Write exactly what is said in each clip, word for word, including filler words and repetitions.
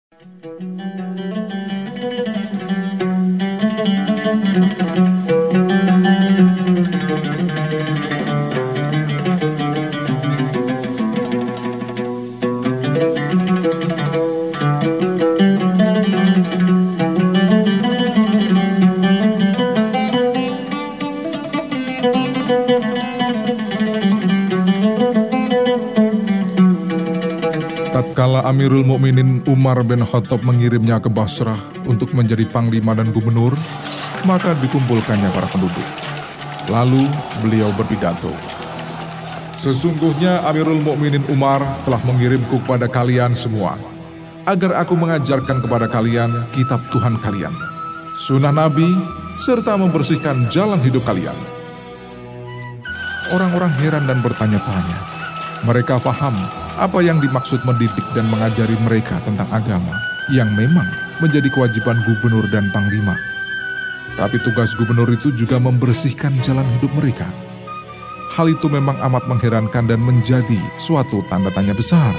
Tatkala Amirul Mukminin Umar bin Khattab mengirimnya ke Basrah untuk menjadi panglima dan gubernur, maka dikumpulkannya para penduduk. Lalu beliau berpidato, "Sesungguhnya Amirul Mukminin Umar telah mengirimku kepada kalian semua, agar aku mengajarkan kepada kalian kitab Tuhan kalian, sunnah Nabi, serta membersihkan jalan hidup kalian." Orang-orang heran dan bertanya-tanya. Mereka faham apa yang dimaksud mendidik dan mengajari mereka tentang agama yang memang menjadi kewajiban gubernur dan panglima. Tapi tugas gubernur itu juga membersihkan jalan hidup mereka. Hal itu memang amat mengherankan dan menjadi suatu tanda tanya besar.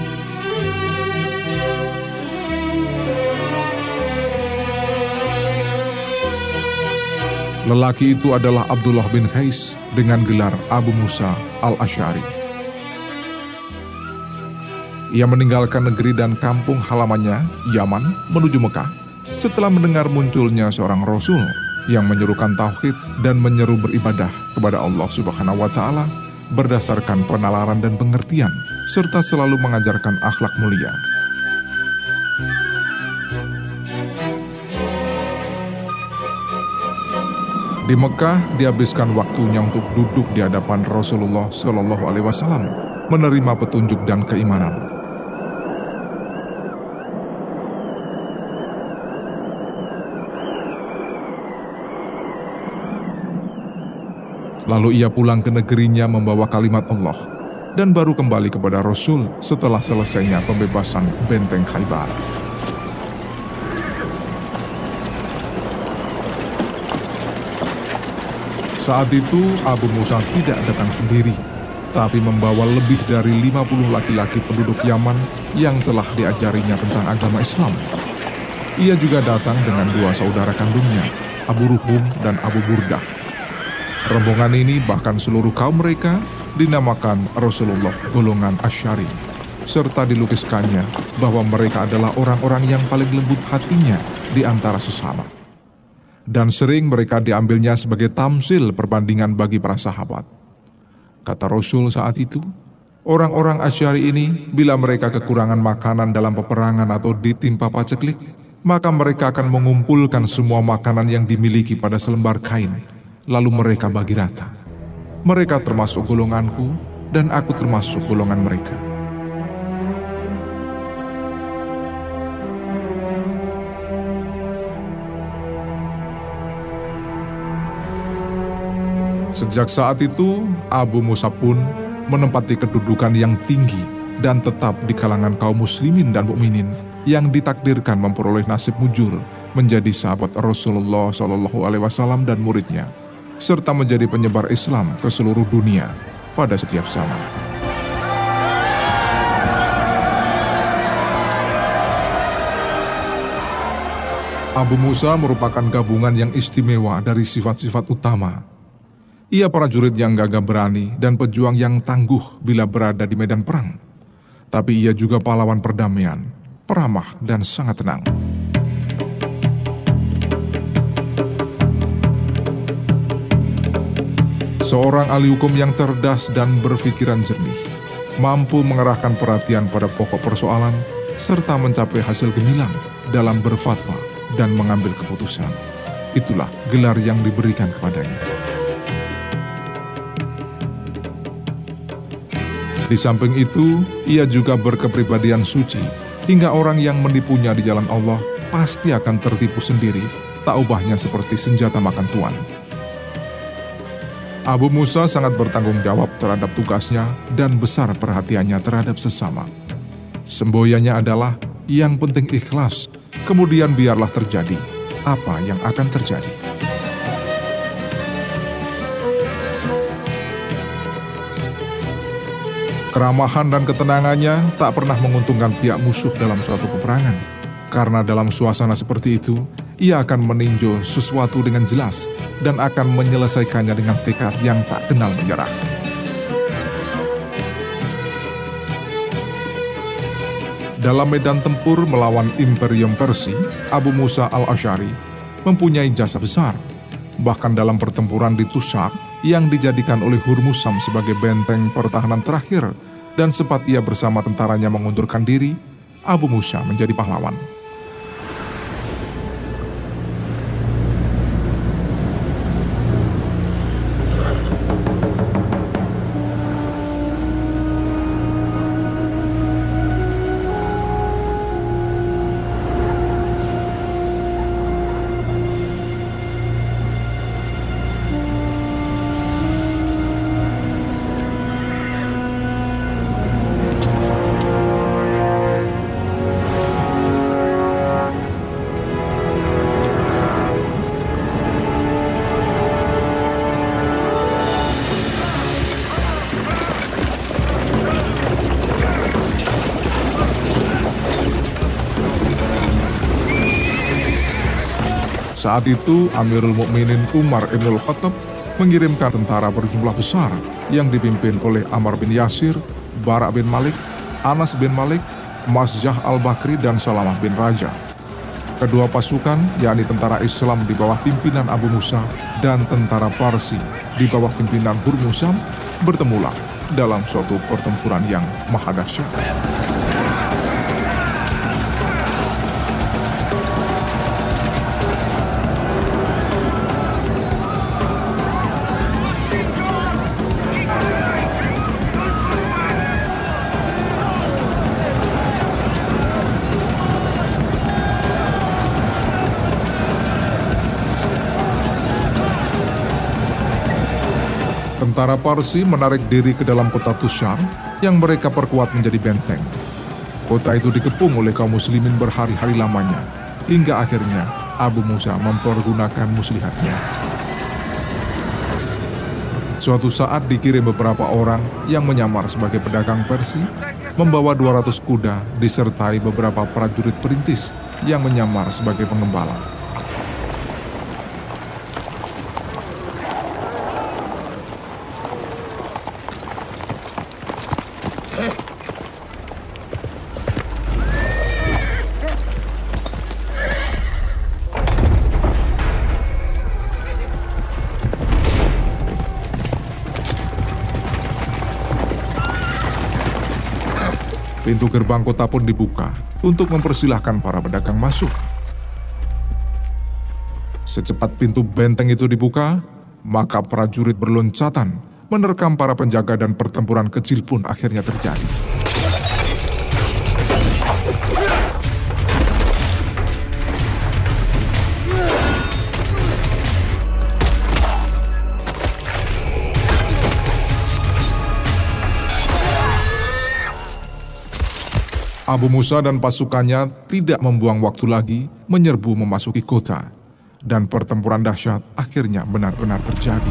Lelaki itu adalah Abdullah bin Qais dengan gelar Abu Musa al-Asy'ari. Ia meninggalkan negeri dan kampung halamannya, Yaman, menuju Mekah, setelah mendengar munculnya seorang Rasul yang menyerukan tauhid dan menyeru beribadah kepada Allah Subhanahu wa Ta'ala berdasarkan penalaran dan pengertian, serta selalu mengajarkan akhlak mulia. Di Mekah, dihabiskan waktunya untuk duduk di hadapan Rasulullah Shallallahu Alaihi Wasallam, menerima petunjuk dan keimanan. Lalu ia pulang ke negerinya membawa kalimat Allah, dan baru kembali kepada Rasul setelah selesainya pembebasan benteng Khaybar. Saat itu Abu Musa tidak datang sendiri, tapi membawa lebih dari lima puluh laki-laki penduduk Yaman yang telah diajarinya tentang agama Islam. Ia juga datang dengan dua saudara kandungnya, Abu Ruhum dan Abu Burdah. Rombongan ini bahkan seluruh kaum mereka dinamakan Rasulullah golongan Asy'ari, serta dilukiskannya bahwa mereka adalah orang-orang yang paling lembut hatinya di antara sesama. Dan sering mereka diambilnya sebagai tamsil perbandingan bagi para sahabat. Kata Rasul saat itu, orang-orang Asy'ari ini bila mereka kekurangan makanan dalam peperangan atau ditimpa paceklik, maka mereka akan mengumpulkan semua makanan yang dimiliki pada selembar kain, lalu mereka bagi rata. Mereka termasuk golonganku, dan aku termasuk golongan mereka. Sejak saat itu, Abu Musa pun menempati kedudukan yang tinggi dan tetap di kalangan kaum muslimin dan mukminin yang ditakdirkan memperoleh nasib mujur menjadi sahabat Rasulullah Shallallahu Alaihi Wasallam dan muridnya, serta menjadi penyebar Islam ke seluruh dunia pada setiap zaman. Abu Musa merupakan gabungan yang istimewa dari sifat-sifat utama. Ia prajurit yang gagah berani dan pejuang yang tangguh bila berada di medan perang. Tapi ia juga pahlawan perdamaian, peramah dan sangat tenang. Seorang ahli hukum yang cerdas dan berpikiran jernih, mampu mengerahkan perhatian pada pokok persoalan, serta mencapai hasil gemilang dalam berfatwa dan mengambil keputusan. Itulah gelar yang diberikan kepadanya. Di samping itu, ia juga berkepribadian suci, hingga orang yang menipunya di jalan Allah pasti akan tertipu sendiri, tak ubahnya seperti senjata makan tuan. Abu Musa sangat bertanggung jawab terhadap tugasnya dan besar perhatiannya terhadap sesama. Semboyannya adalah, yang penting ikhlas, kemudian biarlah terjadi apa yang akan terjadi. Keramahan dan ketenangannya tak pernah menguntungkan pihak musuh dalam suatu peperangan. Karena dalam suasana seperti itu, ia akan meninjau sesuatu dengan jelas dan akan menyelesaikannya dengan tekad yang tak kenal menyerah. Dalam medan tempur melawan Imperium Persia, Abu Musa al-Asy'ari mempunyai jasa besar. Bahkan dalam pertempuran di Tusar yang dijadikan oleh Hurmuzam sebagai benteng pertahanan terakhir dan sempat ia bersama tentaranya mengundurkan diri, Abu Musa menjadi pahlawan. Saat itu Amirul Mukminin Umar Ibnul Khattab mengirimkan tentara berjumlah besar yang dipimpin oleh Ammar bin Yasir, Bara' bin Malik, Anas bin Malik, Masjah al-Bakri dan Salamah bin Raja. Kedua pasukan, yakni tentara Islam di bawah pimpinan Abu Musa dan tentara Parsi di bawah pimpinan Hurmuzam, bertemulah dalam suatu pertempuran yang maha dahsyat. Tentara Parsi menarik diri ke dalam kota Tusar yang mereka perkuat menjadi benteng. Kota itu dikepung oleh kaum muslimin berhari-hari lamanya, hingga akhirnya Abu Musa mempergunakan muslihatnya. Suatu saat dikirim beberapa orang yang menyamar sebagai pedagang Persia, membawa dua ratus kuda disertai beberapa prajurit perintis yang menyamar sebagai pengembala. Pintu gerbang kota pun dibuka untuk mempersilahkan para pedagang masuk. Secepat pintu benteng itu dibuka, maka prajurit berloncatan menerkam para penjaga dan pertempuran kecil pun akhirnya terjadi. Abu Musa dan pasukannya tidak membuang waktu lagi menyerbu memasuki kota, dan pertempuran dahsyat akhirnya benar-benar terjadi.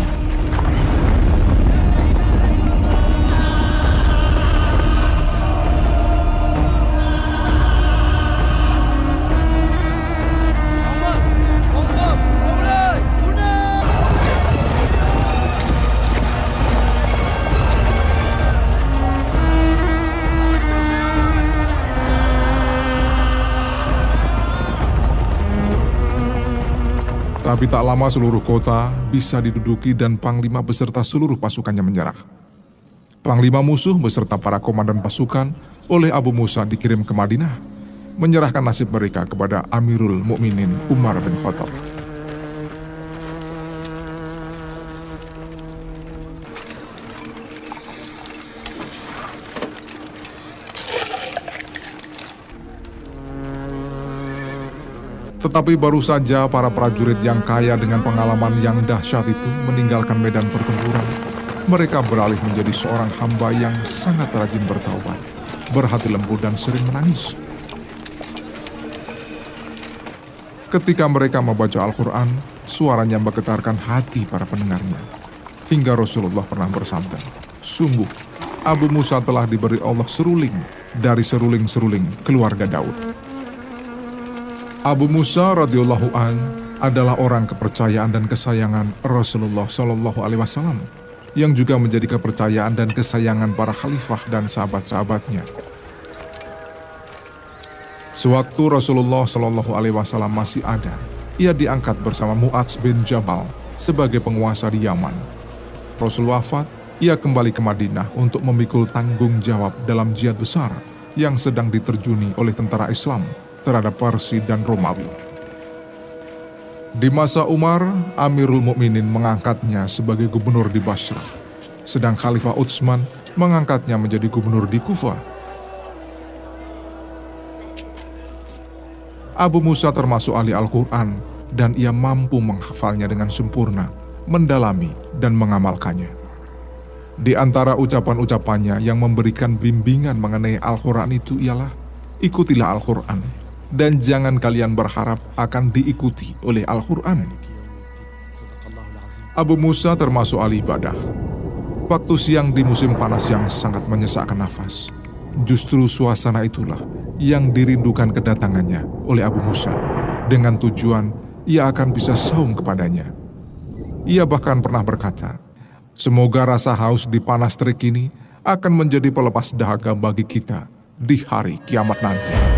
Tapi tak lama seluruh kota bisa diduduki dan Panglima beserta seluruh pasukannya menyerah. Panglima musuh beserta para komandan pasukan oleh Abu Musa dikirim ke Madinah, menyerahkan nasib mereka kepada Amirul Mukminin Umar bin Khattab. Tetapi baru saja para prajurit yang kaya dengan pengalaman yang dahsyat itu meninggalkan medan pertempuran, mereka beralih menjadi seorang hamba yang sangat rajin bertaubat, berhati lembut dan sering menangis. Ketika mereka membaca Al-Quran, suaranya menggetarkan hati para pendengarnya. Hingga Rasulullah pernah bersabda, "Sungguh, Abu Musa telah diberi Allah seruling dari seruling-seruling keluarga Daud." Abu Musa radhiyallahu an adalah orang kepercayaan dan kesayangan Rasulullah Shallallahu Alaihi Wasallam, yang juga menjadi kepercayaan dan kesayangan para khalifah dan sahabat-sahabatnya. Sewaktu Rasulullah Shallallahu Alaihi Wasallam masih ada, ia diangkat bersama Mu'adz bin Jabal sebagai penguasa di Yaman. Rasul wafat, ia kembali ke Madinah untuk memikul tanggung jawab dalam jihad besar yang sedang diterjuni oleh tentara Islam terhadap Parsi dan Romawi. Di masa Umar, Amirul Mukminin mengangkatnya sebagai gubernur di Basrah, sedang Khalifah Utsman mengangkatnya menjadi gubernur di Kufah. Abu Musa termasuk ahli Al-Quran dan ia mampu menghafalnya dengan sempurna, mendalami dan mengamalkannya. Di antara ucapan-ucapannya yang memberikan bimbingan mengenai Al-Quran itu ialah, ikutilah Al-Quran dan jangan kalian berharap akan diikuti oleh Al-Quran. Abu Musa termasuk ahli ibadah. Waktu siang di musim panas yang sangat menyesakkan nafas, justru suasana itulah yang dirindukan kedatangannya oleh Abu Musa, dengan tujuan ia akan bisa saum kepadanya. Ia bahkan pernah berkata, semoga rasa haus di panas terik ini akan menjadi pelepas dahaga bagi kita di hari kiamat nanti.